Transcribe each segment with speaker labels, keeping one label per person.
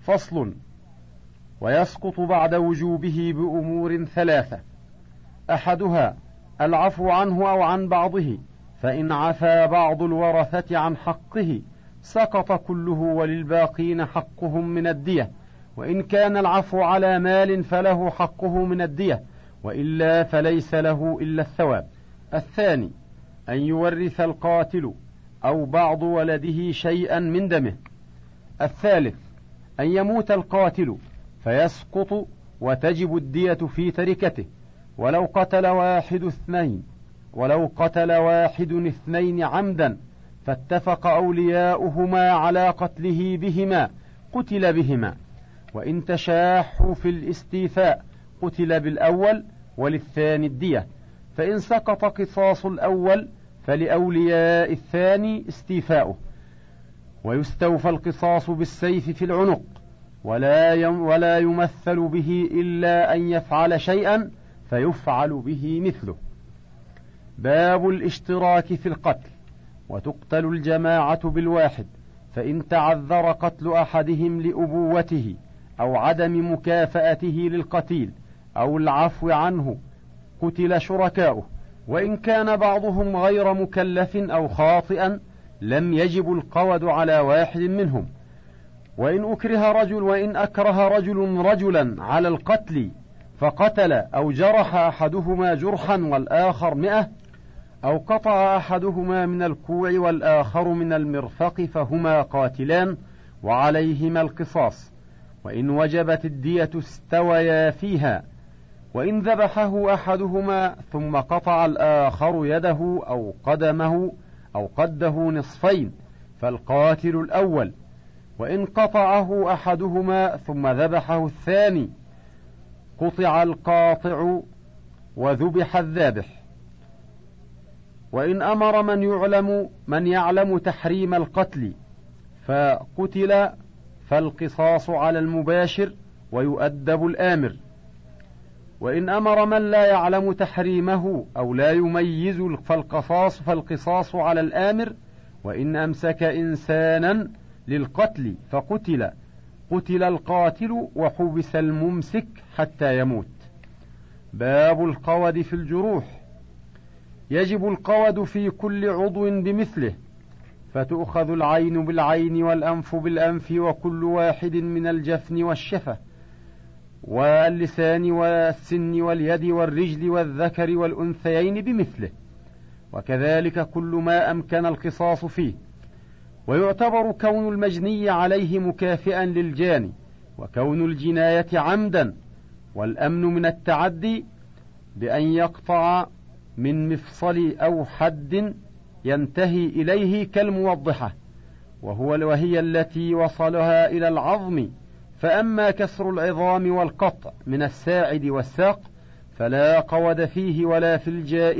Speaker 1: فصل. ويسقط بعد وجوبه بأمور ثلاثة: أحدها العفو عنه أو عن بعضه، فإن عفا بعض الورثة عن حقه سقط كله وللباقين حقهم من الدية، وإن كان العفو على مال فله حقه من الدية، وإلا فليس له إلا الثواب. الثاني أن يورث القاتل أو بعض ولده شيئا من دمه. الثالث أن يموت القاتل فيسقط وتجب الدية في تركته، ولو قتل واحد اثنين عمدا فاتفق أولياؤهما على قتله بهما قتل بهما، وإن تشاحوا في الاستيفاء قتل بالأول وللثاني الدية، فإن سقط قصاص الأول فلأولياء الثاني استيفاؤه، ويستوفى القصاص بالسيف في العنق، ولا يمثل به إلا أن يفعل شيئا فيفعل به مثله. باب الاشتراك في القتل. وتقتل الجماعة بالواحد، فإن تعذر قتل أحدهم لأبوته أو عدم مكافأته للقتيل أو العفو عنه قتل شركاؤه، وإن كان بعضهم غير مكلف أو خاطئا لم يجب القود على واحد منهم. وإن أكره رجل رجلا على القتل فقتل أو جرح أحدهما جرحا والآخر 100، أو قطع أحدهما من الكوع والآخر من المرفق فهما قاتلان وعليهما القصاص، وإن وجبت الدية استويا فيها. وإن ذبحه أحدهما ثم قطع الآخر يده أو قدمه أو قده نصفين فالقاتل الأول، وإن قطعه أحدهما ثم ذبحه الثاني قطع القاطع وذبح الذابح. وإن أمر من يعلم تحريم القتل فقتل فالقصاص على المباشر ويؤدب الآمر. وإن أمر من لا يعلم تحريمه أو لا يميز فالقصاص على الآمر. وإن أمسك إنسانا للقتل فقتل القاتل وحبس الممسك حتى يموت. باب القود في الجروح. يجب القود في كل عضو بمثله، فتؤخذ العين بالعين والأنف بالأنف وكل واحد من الجفن والشفة واللسان والسن واليد والرجل والذكر والأنثيين بمثله، وكذلك كل ما أمكن القصاص فيه. ويعتبر كون المجني عليه مكافئا للجاني، وكون الجناية عمدا، والأمن من التعدي بأن يقطع من مفصل أو حد ينتهي إليه كالموضحة، وهي التي وصلها إلى العظم. فأما كسر العظام والقطع من الساعد والساق فلا قود فيه ولا في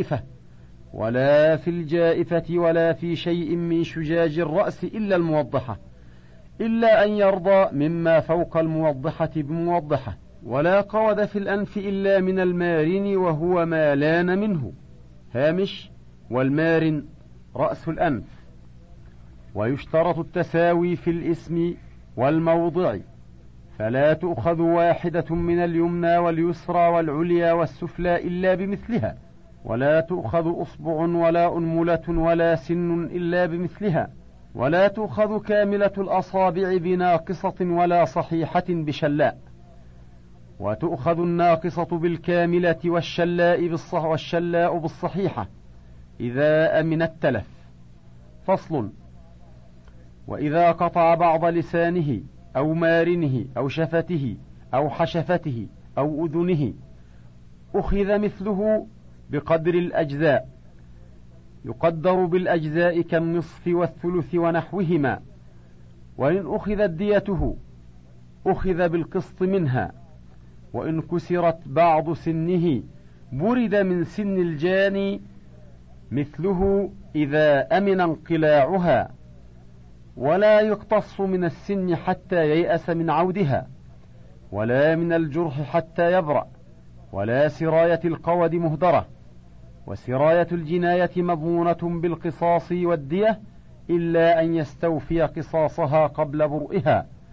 Speaker 1: الجائفة ولا في شيء من شجاج الرأس إلا الموضحة، إلا أن يرضى مما فوق الموضحة بموضحة. ولا قود في الأنف إلا من المارن وهو ما لان منه. هامش: والمارن رأس الأنف. ويشترط التساوي في الاسم والموضع، فلا تؤخذ واحدة من اليمنى واليسرى والعليا والسفلى إلا بمثلها، ولا تؤخذ أصبع ولا أنملة ولا سن إلا بمثلها، ولا تؤخذ كاملة الأصابع بناقصة ولا صحيحة بشلاء، وتؤخذ الناقصة بالكاملة والشلاء بالصحيحة إذا أمن التلف. فصل. وإذا قطع بعض لسانه أو مارنه أو شفته أو حشفته أو أذنه أخذ مثله بقدر الأجزاء، يقدر بالأجزاء كالنصف والثلث ونحوهما. وإن أخذت ديته أخذ بالقسط منها. وإن كسرت بعض سنه برد من سن الجاني مثله إذا أمن انقلاعها، ولا يقتص من السن حتى ييأس من عودها، ولا من الجرح حتى يبرأ، ولا سراية القود مهدرة. وسراية الجناية مضمونة بالقصاص والدية إلا أن يستوفي قصاصها قبل برئها،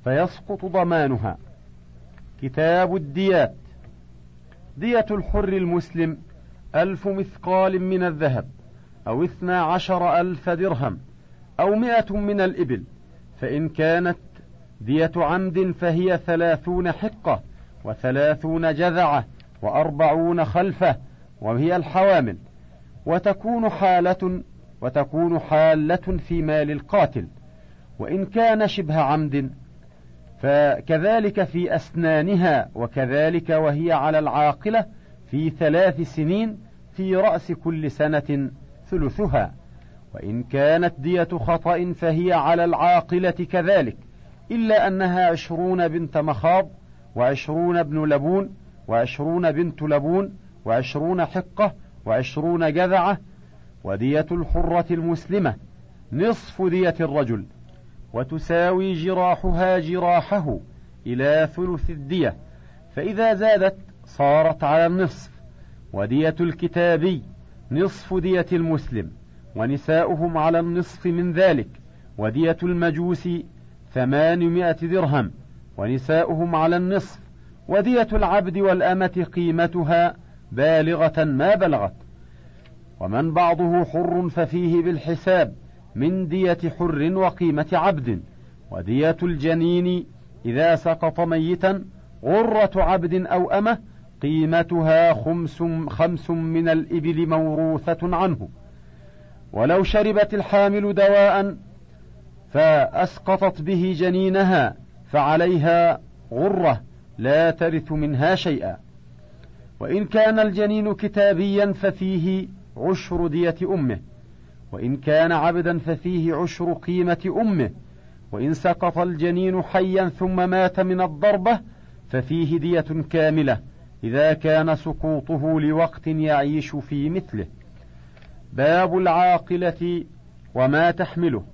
Speaker 1: فيسقط ضمانها. كتاب الديات. دية الحر المسلم 1000 مثقال من الذهب، أو 12,000 درهم، أو 100 من الإبل. فإن كانت دية عمد فهي 30 حقة، 30 جذعة، 40 خلفة، وهي الحوامل. وتكون حالة في مال القاتل. وإن كان شبه عمد فكذلك في أسنانها، وكذلك وهي على العاقلة في 3 سنين، في رأس كل سنة ثلثها. وإن كانت دية خطأ فهي على العاقلة كذلك، إلا أنها 20 بنت مخاض، 20 ابن لبون، 20 بنت لبون، 20 حقة، 20 جذعة. ودية الحرة المسلمة نصف دية الرجل، وتساوي جراحها جراحه إلى ثلث الدية، فإذا زادت صارت على النصف. ودية الكتابي نصف دية المسلم، ونساؤهم على النصف من ذلك. ودية المجوس 800 درهم، ونساؤهم على النصف. ودية العبد والأمة قيمتها بالغة ما بلغت. ومن بعضه حر ففيه بالحساب من دية حر وقيمة عبد. ودية الجنين إذا سقط ميتا غرة عبد أو أمة قيمتها 5 من الإبل موروثة عنه. ولو شربت الحامل دواء فأسقطت به جنينها فعليها غرة لا ترث منها شيئا. وإن كان الجنين كتابيا ففيه 10 دية أمه، وإن كان عبدا ففيه 10 قيمة أمه. وإن سقط الجنين حيا ثم مات من الضربة ففيه دية كاملة إذا كان سقوطه لوقت يعيش في مثله. باب العاقلة وما تحمله.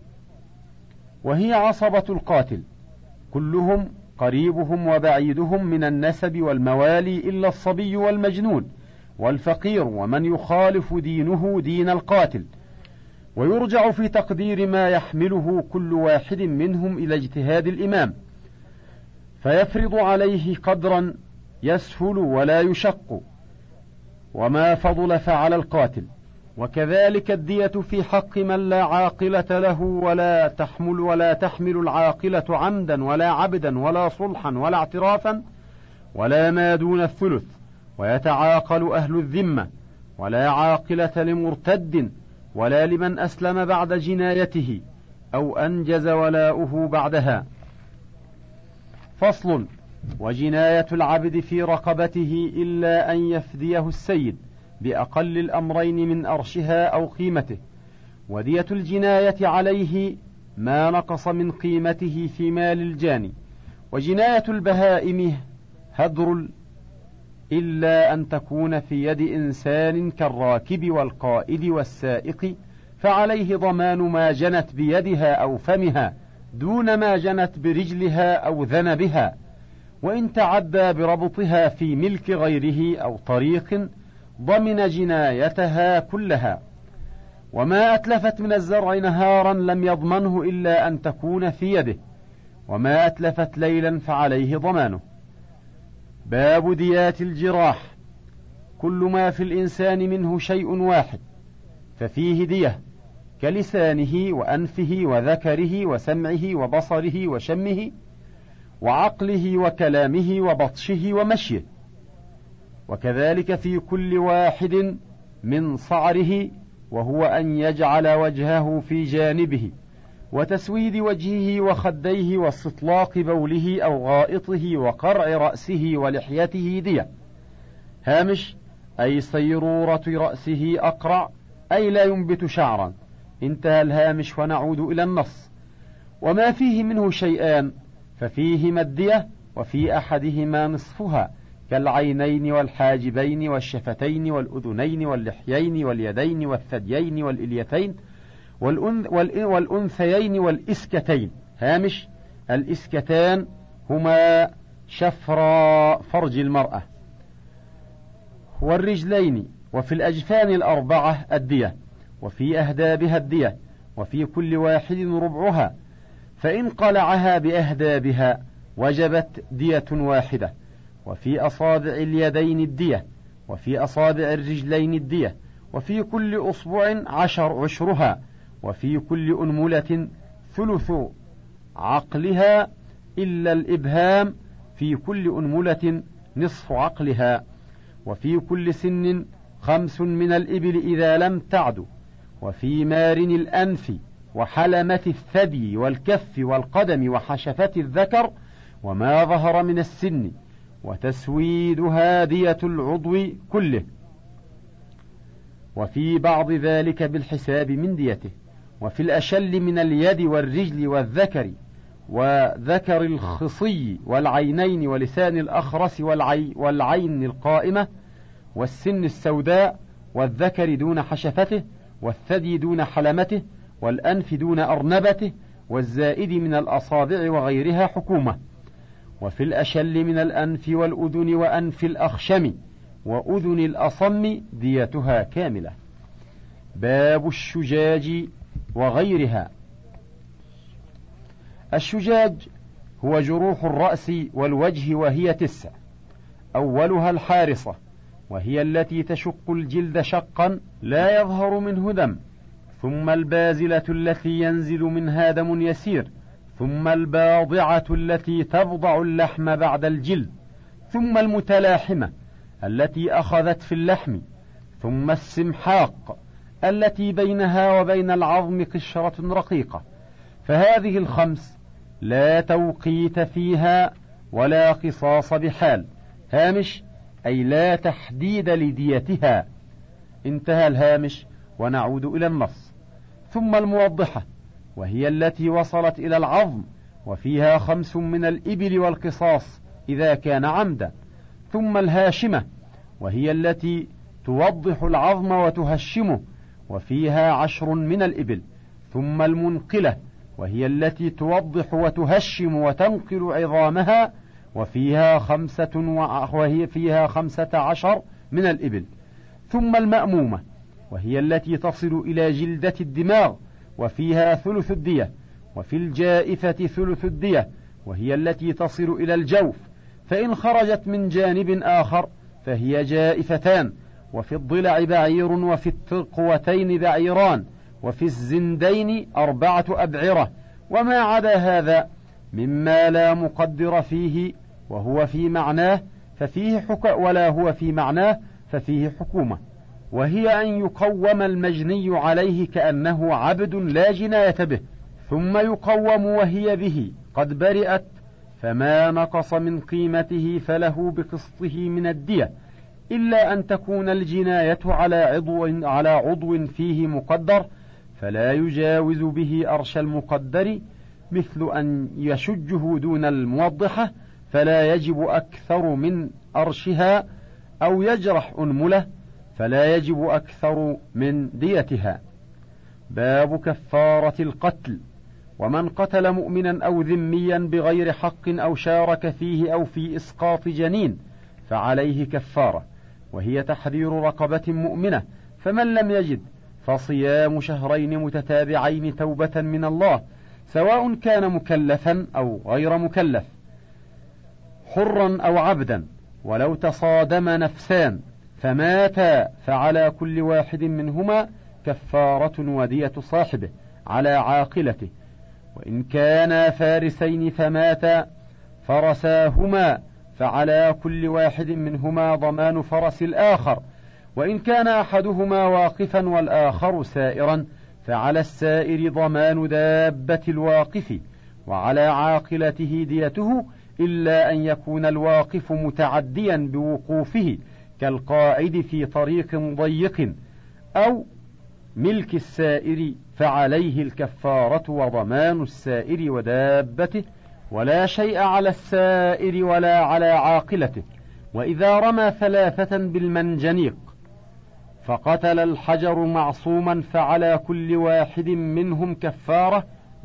Speaker 1: وهي عصبة القاتل كلهم، قريبهم وبعيدهم من النسب والموالي، إلا الصبي والمجنون والفقير ومن يخالف دينه دين القاتل. ويرجع في تقدير ما يحمله كل واحد منهم إلى اجتهاد الإمام، فيفرض عليه قدرا يسهل ولا يشق، وما فضل فعلى القاتل. وكذلك الدية في حق من لا عاقلة له، ولا تحمل العاقلة عمدا ولا عبدا ولا صلحا ولا اعترافا ولا ما دون الثلث. ويتعاقل أهل الذمة، ولا عاقلة لمرتد ولا لمن أسلم بعد جنايته أو أنجز ولاؤه بعدها. فصل. وجناية العبد في رقبته إلا أن يفديه السيد بأقل الأمرين من أرشها أو قيمته. ودية الجناية عليه ما نقص من قيمته في مال الجاني. وجناية البهائم هدر إلا أن تكون في يد إنسان كالراكب والقائد والسائق، فعليه ضمان ما جنت بيدها أو فمها دون ما جنت برجلها أو ذنبها. وإن تعدى بربطها في ملك غيره أو طريق ضمن جنايتها كلها. وما أتلفت من الزرع نهارا لم يضمنه إلا أن تكون في يده، وما أتلفت ليلا فعليه ضمانه. باب ديات الجراح. كل ما في الإنسان منه شيء واحد ففيه دية، كلسانه وأنفه وذكره وسمعه وبصره وشمه وعقله وكلامه وبطشه ومشيه. وكذلك في كل واحد من صعره، وهو أن يجعل وجهه في جانبه، وتسويد وجهه وخديه واستطلاق بوله أو غائطه وقرع رأسه ولحيته دية. هامش أي صيرورة رأسه أقرع أي لا ينبت شعرا. انتهى الهامش ونعود إلى النص. وما فيه منه شيئان ففيهما الدية، وفي أحدهما نصفها، كالعينين والحاجبين والشفتين والأذنين واللحيين واليدين والثديين والإليتين والأنثيين والإسكتين. هامش الإسكتان هما شفرا فرج المرأة والرجلين. وفي الأجفان الأربعة الدية، وفي أهدابها الدية، وفي كل واحد ربعها. فإن قلعها بأهدابها وجبت دية واحدة، وفي أصابع اليدين الدية، وفي أصابع الرجلين الدية، وفي كل أصبع عشرها، وفي كل أنملة ثلث عقلها إلا الإبهام، في كل أنملة نصف عقلها، وفي كل سن 5 من الإبل إذا لم تعد، وفي مارن الأنف وحلمة الثدي والكف والقدم وحشفة الذكر وما ظهر من السن، وتسويدها دية العضو كله، وفي بعض ذلك بالحساب من ديته. وفي الأشل من اليد والرجل والذكر وذكر الخصي والعينين ولسان الأخرس والعين القائمة والسن السوداء والذكر دون حشفته والثدي دون حلمته والأنف دون أرنبته والزائد من الأصابع وغيرها حكومة. وفي الأشل من الأنف والأذن وأنف الأخشم وأذن الأصم ديتها كاملة. باب الشجاج وغيرها. الشجاج هو جروح الرأس والوجه، وهي 9. أولها الحارصة، وهي التي تشق الجلد شقا لا يظهر منه دم، ثم البازلة التي ينزل منها دم يسير، ثم الباضعة التي تبضع اللحم بعد الجلد، ثم المتلاحمة التي أخذت في اللحم، ثم السمحاق التي بينها وبين العظم قشرة رقيقة. فهذه 5 لا توقيت فيها ولا قصاص بحال. هامش أي لا تحديد لديتها. انتهى الهامش ونعود إلى النص. ثم الموضحة، وهي التي وصلت إلى العظم، وفيها 5 من الإبل والقصاص إذا كان عمدا. ثم الهاشمة، وهي التي توضح العظم وتهشمه، وفيها 10 من الإبل. ثم المنقلة، وهي التي توضح وتهشم وتنقل عظامها، وهي فيها 15 من الإبل. ثم المأمومة، وهي التي تصل إلى جلدة الدماغ، وفيها 1/3 الدية. وفي الجائفة 1/3 الدية، وهي التي تصل إلى الجوف، فإن خرجت من جانب آخر فهي جائفتان. وفي الضلع بعير، وفي الترقوتين بعيران، وفي الزندين 4 أبعرة. وما عدا هذا مما لا مقدر فيه وهو في معناه ففيه حكومة، وهي أن يقوم المجني عليه كأنه عبد لا جناية به، ثم يقوم وهي به قد برئت، فما نقص من قيمته فله بقسطه من الدية، إلا أن تكون الجناية على عضو فيه مقدر، فلا يجاوز به أرش المقدر، مثل أن يشجه دون الموضحة فلا يجب أكثر من أرشها، أو يجرح أنملة فلا يجب أكثر من ديتها. باب كفارة القتل. ومن قتل مؤمنا أو ذميا بغير حق أو شارك فيه أو في إسقاط جنين فعليه كفارة، وهي تحرير رقبة مؤمنة، فمن لم يجد فصيام 2 متتابعين توبة من الله، سواء كان مكلفا أو غير مكلف، حرا أو عبدا. ولو تصادم نفسان فماتا فعلى كل واحد منهما كفارة ودية صاحبه على عاقلته. وإن كانا فارسين فماتا فرساهما فعلى كل واحد منهما ضمان فرس الآخر. وإن كان أحدهما واقفا والآخر سائرا فعلى السائر ضمان دابة الواقف، وعلى عاقلته ديته، إلا أن يكون الواقف متعديا بوقوفه كالقاعد في طريق ضيق، أو ملك السائر فعليه الكفارة وضمان السائر ودابته، ولا شيء على السائر ولا على عاقلته. وإذا رمى 3 بالمنجنيق فقتل الحجر معصوما فعلى كل واحد منهم كفارة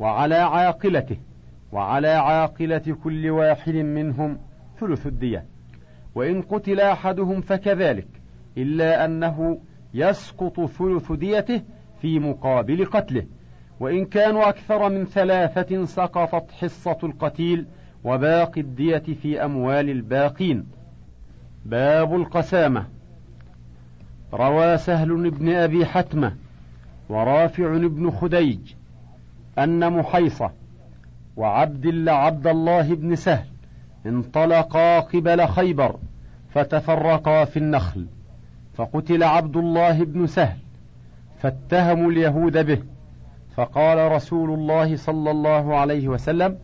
Speaker 1: وعلى عاقلة كل واحد منهم 1/3 الدية. وإن قتل أحدهم فكذلك، إلا أنه يسقط 1/3 ديته في مقابل قتله. وإن كانوا أكثر من 3 سقطت حصة القتيل وباقي الدية في أموال الباقين. باب القسامة. روى سهل بن أبي حتمة ورافع بن خديج أن محيصة وعبد الله بن سهل انطلقا قبل خيبر فتفرقا في النخل، فقتل عبد الله بن سهل فاتهموا اليهود به، فقال رسول الله صلى الله عليه وسلم: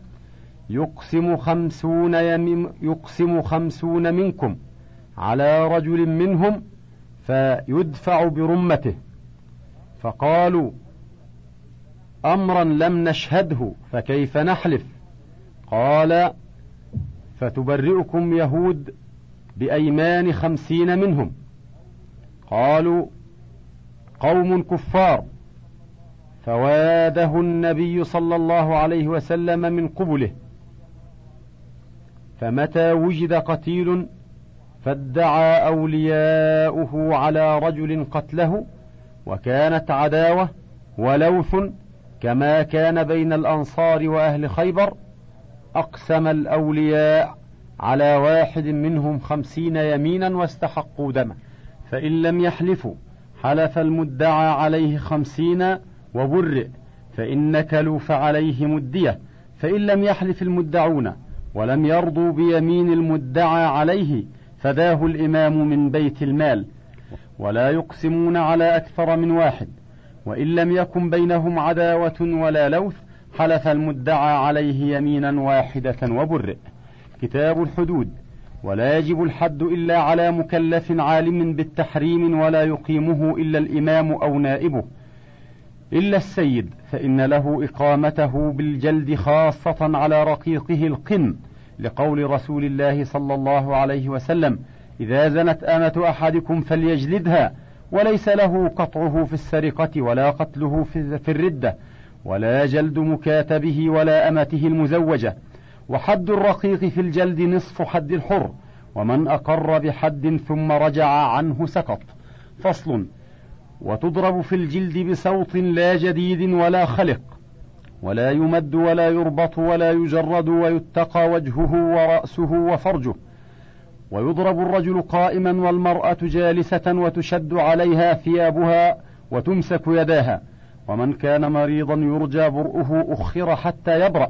Speaker 1: يقسم 50 منكم على رجل منهم فيدفع برمته. فقالوا: أمرا لم نشهده فكيف نحلف؟ قال: فتبرئكم يهود بأيمان 50 منهم. قالوا: قوم كفار. فواده النبي صلى الله عليه وسلم من قبله، فمتى وجد قتيل فادعى أولياؤه على رجل قتله، وكانت عداوة ولوث كما كان بين الأنصار وأهل خيبر، أقسم الأولياء على واحد منهم 50 يمينا واستحقوا دمه، فإن لم يحلفوا حلف المدعى عليه 50 وبرئ، فإن نكلوا فعليهم الدية، فإن لم يحلف المدعون ولم يرضوا بيمين المدعى عليه فداه الإمام من بيت المال. ولا يقسمون على أكثر من واحد، وإن لم يكن بينهم عداوة ولا لوث حلف المدعى عليه يمينا واحدة وبرئ. كتاب الحدود. ولا يجب الحد إلا على مكلف عالم بالتحريم، ولا يقيمه إلا الإمام أو نائبه، إلا السيد فإن له إقامته بالجلد خاصة على رقيقه القن، لقول رسول الله صلى الله عليه وسلم: إذا زنت أمة أحدكم فليجلدها، وليس له قطعه في السرقة ولا قتله في الردة، ولا جلد مكاتبه ولا أمته المزوجة. وحد الرقيق في الجلد نصف حد الحر، ومن أقر بحد ثم رجع عنه سقط. فصل. وتضرب في الجلد بصوت لا جديد ولا خلق، ولا يمد ولا يربط ولا يجرد، ويتقى وجهه ورأسه وفرجه. ويضرب الرجل قائما والمرأة جالسة، وتشد عليها ثيابها وتمسك يداها. ومن كان مريضا يرجى برؤه أخر حتى يبرأ،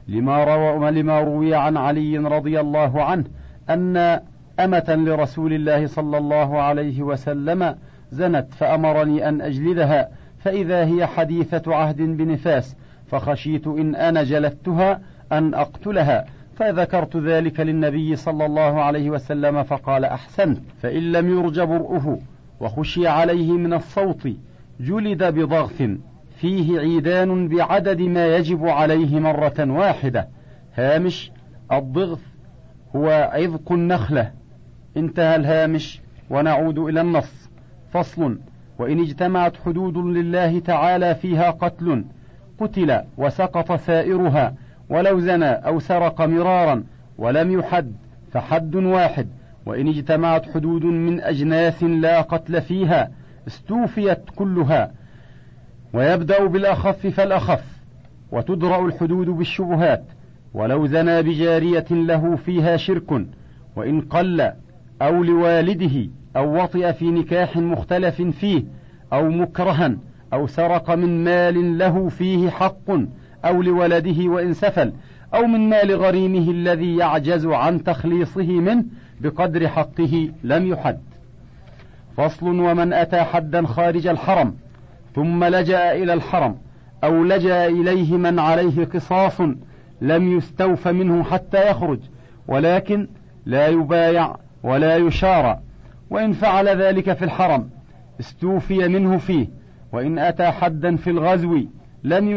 Speaker 1: لما روي عن علي رضي الله عنه أن أمة لرسول الله صلى الله عليه وسلم زنت فأمرني أن أجلدها، فإذا هي حديثة عهد بنفاس، فخشيت إن أنا جلدتها أن أقتلها، فذكرت ذلك للنبي صلى الله عليه وسلم فقال: أحسنت. فإن لم يرج برؤه وخشي عليه من الصوت جلد بضغث فيه عيدان بعدد ما يجب عليه مرة واحدة. هامش: الضغث هو عذق النخلة. انتهى الهامش. ونعود إلى النص. فصل. وإن اجتمعت حدود لله تعالى فيها قتل قتل وسقط سائرها، ولو زنى أو سرق مرارا ولم يحد فحد واحد. وإن اجتمعت حدود من أجناس لا قتل فيها استوفيت كلها، ويبدأ بالأخف فالأخف. وتدرأ الحدود بالشبهات، ولو زنى بجارية له فيها شرك وإن قل، أو لوالده، أو وطئ في نكاح مختلف فيه، أو مكرها، أو سرق من مال له فيه حق، أو لولده وإن سفل، أو من مال غريمه الذي يعجز عن تخليصه منه بقدر حقه لم يحد. فصل. ومن أتى حدا خارج الحرم ثم لجأ إلى الحرم، أو لجأ إليه من عليه قصاص لم يستوف منه حتى يخرج، ولكن لا يبايع ولا يشارى، وإن فعل ذلك في الحرم استوفي منه فيه. وإن أتى حدا في الغزو لم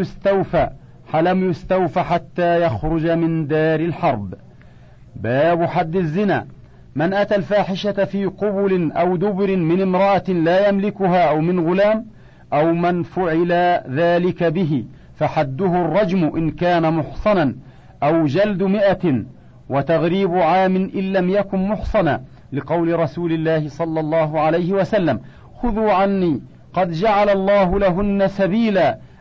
Speaker 1: يستوفى حتى يخرج من دار الحرب. باب حد الزنا. من أتى الفاحشة في قبل أو دبر من امرأة لا يملكها، أو من غلام، أو من فعل ذلك به، فحده الرجم إن كان محصنا، أو جلد 100 وتغريب عام إن لم يكن محصنا، لقول رسول الله صلى الله عليه وسلم: خذوا عني قد جعل الله لهن سبيلا،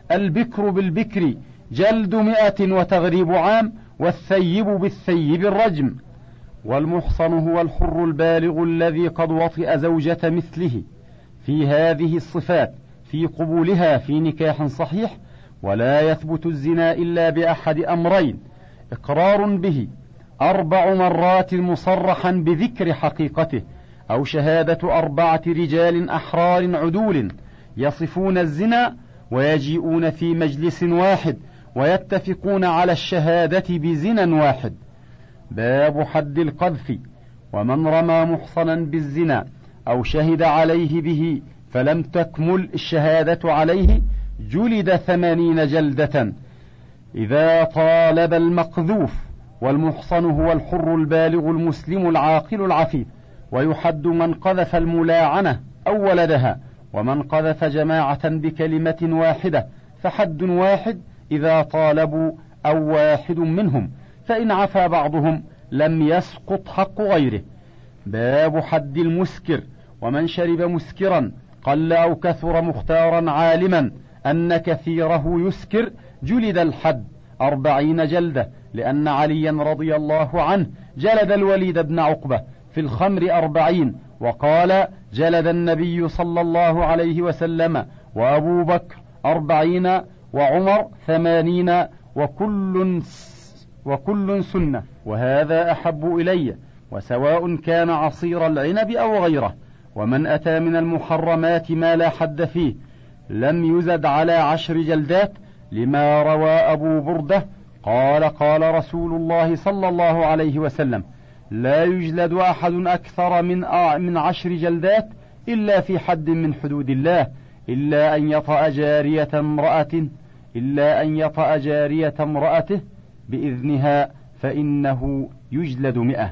Speaker 1: البكر بالبكر جلد 100 وتغريب عام، والثيب بالثيب الرجم. والمحصن هو الحر البالغ الذي قد وطئ زوجة مثله في هذه الصفات في قبولها في نكاح صحيح، ولا يثبت الزنا إلا بأحد أمرين: إقرار به 4 مرات مصرحا بذكر حقيقته، أو شهادة 4 رجال أحرار عدول يصفون الزنا ويجيئون في مجلس واحد ويتفقون على الشهادة بزنا واحد. باب حد القذف: ومن رمى محصنا بالزنا أو شهد عليه به فلم تكمل الشهادة عليه جلد 80 جلدة إذا طالب المقذوف. والمحصن هو الحر البالغ المسلم العاقل العفيف، ويحد من قذف الملاعنة أو ولدها، ومن قذف جماعة بكلمة واحدة فحد واحد إذا طالبوا أو واحد منهم، فإن عفى بعضهم لم يسقط حق غيره. باب حد المسكر: ومن شرب مسكرا قل أو كثر مختارا عالما أن كثيره يسكر جلد الحد 40 جلدة، لأن عليا رضي الله عنه جلد الوليد بن عقبة في الخمر 40، وقال: جلد النبي صلى الله عليه وسلم وأبو بكر 40 وعمر 80 وكل سنة، وهذا أحب إلي، وسواء كان عصير العنب أو غيره. ومن أتى من المحرمات ما لا حد فيه لم يزد على 10 جلدات، لما روى أبو بردة قال: قال رسول الله صلى الله عليه وسلم: لا يجلد أحد أكثر من 10 جلدات إلا في حد من حدود الله، إلا أن يطأ جارية امرأته بإذنها فإنه يجلد 100.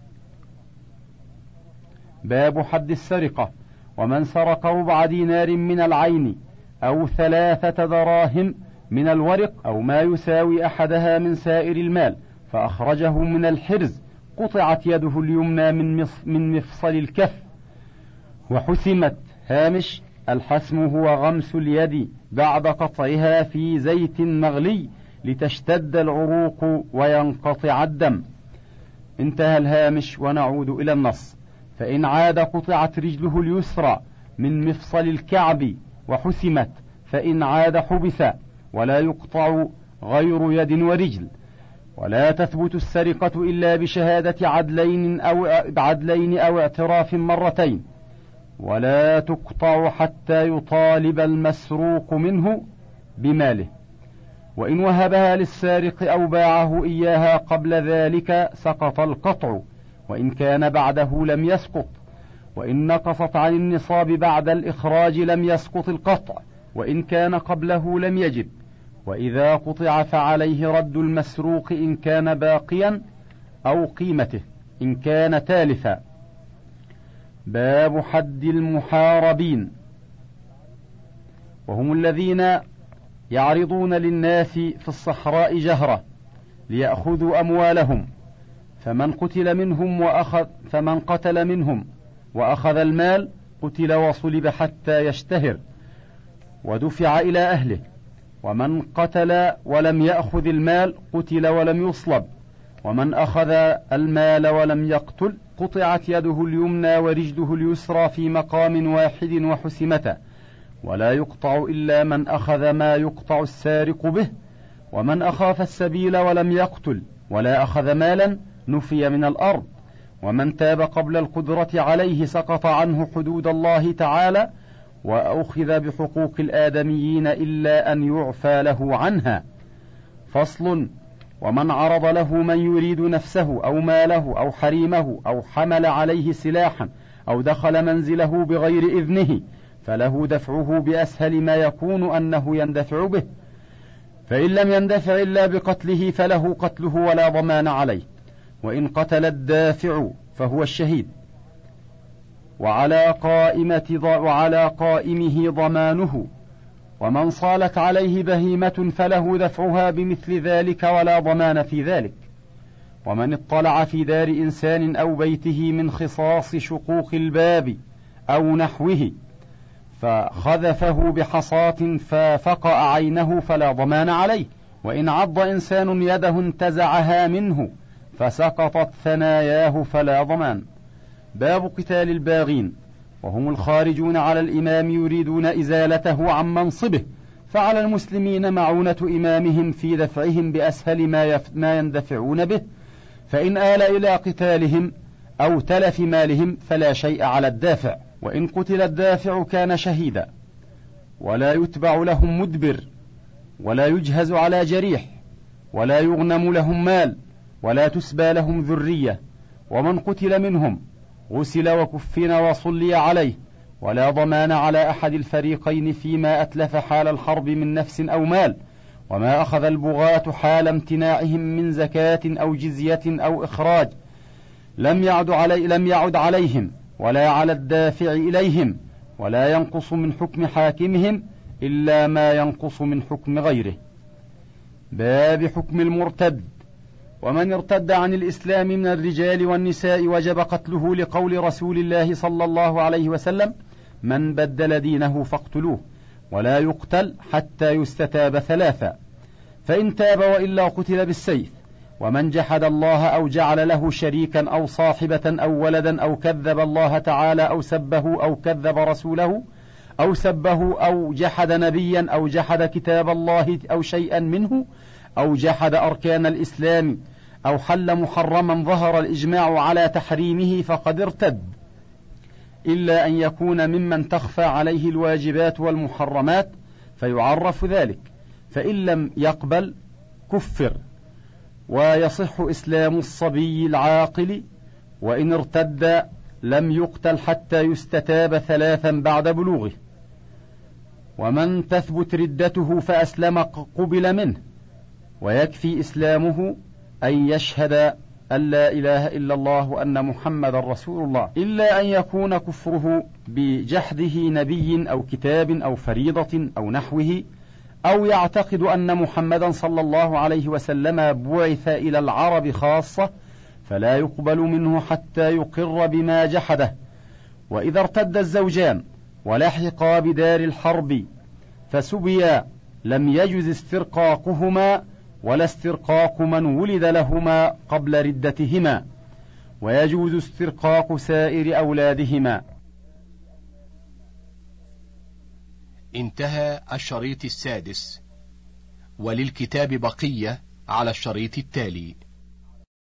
Speaker 1: باب حد السرقة: ومن سرق ربع دينار من العين أو 3 دراهم من الورق أو ما يساوي أحدها من سائر المال فأخرجه من الحرز قطعت يده اليمنى من مفصل الكف وحسمت. هامش: الحسم هو غمس اليد بعد قطعها في زيت مغلي لتشتد العروق وينقطع الدم. انتهى الهامش. ونعود إلى النص: فإن عاد قطعت رجله اليسرى من مفصل الكعب وحسمت، فإن عاد حبس، ولا يقطع غير يد ورجل. ولا تثبت السرقة إلا بشهادة عدلين أو اعتراف مرتين، ولا تقطع حتى يطالب المسروق منه بماله. وإن وهبها للسارق أو باعه إياها قبل ذلك سقط القطع، وإن كان بعده لم يسقط. وإن نقصت عن النصاب بعد الإخراج لم يسقط القطع، وإن كان قبله لم يجب. وإذا قطع فعليه رد المسروق إن كان باقيا أو قيمته إن كان تالفا. باب حد المحاربين: وهم الذين يعرضون للناس في الصحراء جهرة ليأخذوا أموالهم، فمن قتل منهم وأخذ المال قتل وصلب حتى يشتهر ودفع إلى أهله، ومن قتل ولم يأخذ المال قتل ولم يصلب، ومن أخذ المال ولم يقتل قطعت يده اليمنى ورجله اليسرى في مقام واحد وحسمتا. ولا يقطع إلا من أخذ ما يقطع السارق به. ومن أخاف السبيل ولم يقتل ولا أخذ مالا نفي من الأرض. ومن تاب قبل القدرة عليه سقط عنه حدود الله تعالى وأخذ بحقوق الآدميين إلا أن يعفى له عنها. فصل: ومن عرض له من يريد نفسه أو ماله أو حريمه أو حمل عليه سلاحا أو دخل منزله بغير إذنه فله دفعه بأسهل ما يكون أنه يندفع به، فإن لم يندفع إلا بقتله فله قتله ولا ضمان عليه. وإن قتل الدافع فهو الشهيد، وعلى قائمه ضمانه. ومن صالت عليه بهيمة فله دفعها بمثل ذلك ولا ضمان في ذلك. ومن اطلع في دار إنسان أو بيته من خصاص شقوق الباب أو نحوه فخذفه بحصاة ففقأ عينه فلا ضمان عليه، وإن عض إنسان يده انتزعها منه فسقطت ثناياه فلا ضمان. باب قتال الباغين، وهم الخارجون على الإمام يريدون إزالته عن منصبه، فعلى المسلمين معونة إمامهم في دفعهم بأسهل ما يندفعون به، فإن آل إلى قتالهم أو تلف مالهم فلا شيء على الدافع، وإن قتل الدافع كان شهيدا، ولا يتبع لهم مدبر، ولا يجهز على جريح، ولا يغنم لهم مال، ولا تسبى لهم ذرية، ومن قتل منهم غسل وكفن وصلي عليه، ولا ضمان على أحد الفريقين فيما أتلف حال الحرب من نفس أو مال، وما أخذ البغاة حال امتناعهم من زكاة أو جزية أو إخراج لم يعد عليهم ولا على الدافع إليهم، ولا ينقص من حكم حاكمهم إلا ما ينقص من حكم غيره. باب حكم المرتد، ومن ارتد عن الإسلام من الرجال والنساء وجب قتله، لقول رسول الله صلى الله عليه وسلم: من بدل دينه فاقتلوه، ولا يقتل حتى يستتاب ثلاثا، فإن تاب وإلا قتل بالسيف. ومن جحد الله أو جعل له شريكا أو صاحبة أو ولدا أو كذب الله تعالى أو سبه أو كذب رسوله أو سبه أو جحد نبيا أو جحد كتاب الله أو شيئا منه أو جحد أركان الإسلام أو حل محرما ظهر الإجماع على تحريمه فقد ارتد، إلا أن يكون ممن تخفى عليه الواجبات والمحرمات فيعرف ذلك، فإن لم يقبل كفر. ويصح إسلام الصبي العاقل، وإن ارتد لم يقتل حتى يستتاب ثلاثا بعد بلوغه. ومن تثبت ردته فأسلم قبل منه، ويكفي إسلامه أن يشهد أن لا إله إلا الله وأن محمد رسول الله، إلا أن يكون كفره بجحده نبي أو كتاب أو فريضة أو نحوه، أو يعتقد أن محمدا صلى الله عليه وسلم بعث إلى العرب خاصة، فلا يقبل منه حتى يقر بما جحده. وإذا ارتد الزوجان ولحقا بدار الحرب فسبيا لم يجز استرقاقهما ولا استرقاق من ولد لهما قبل ردتهما، ويجوز استرقاق سائر أولادهما.
Speaker 2: انتهى الشريط السادس، وللكتاب بقية على الشريط التالي.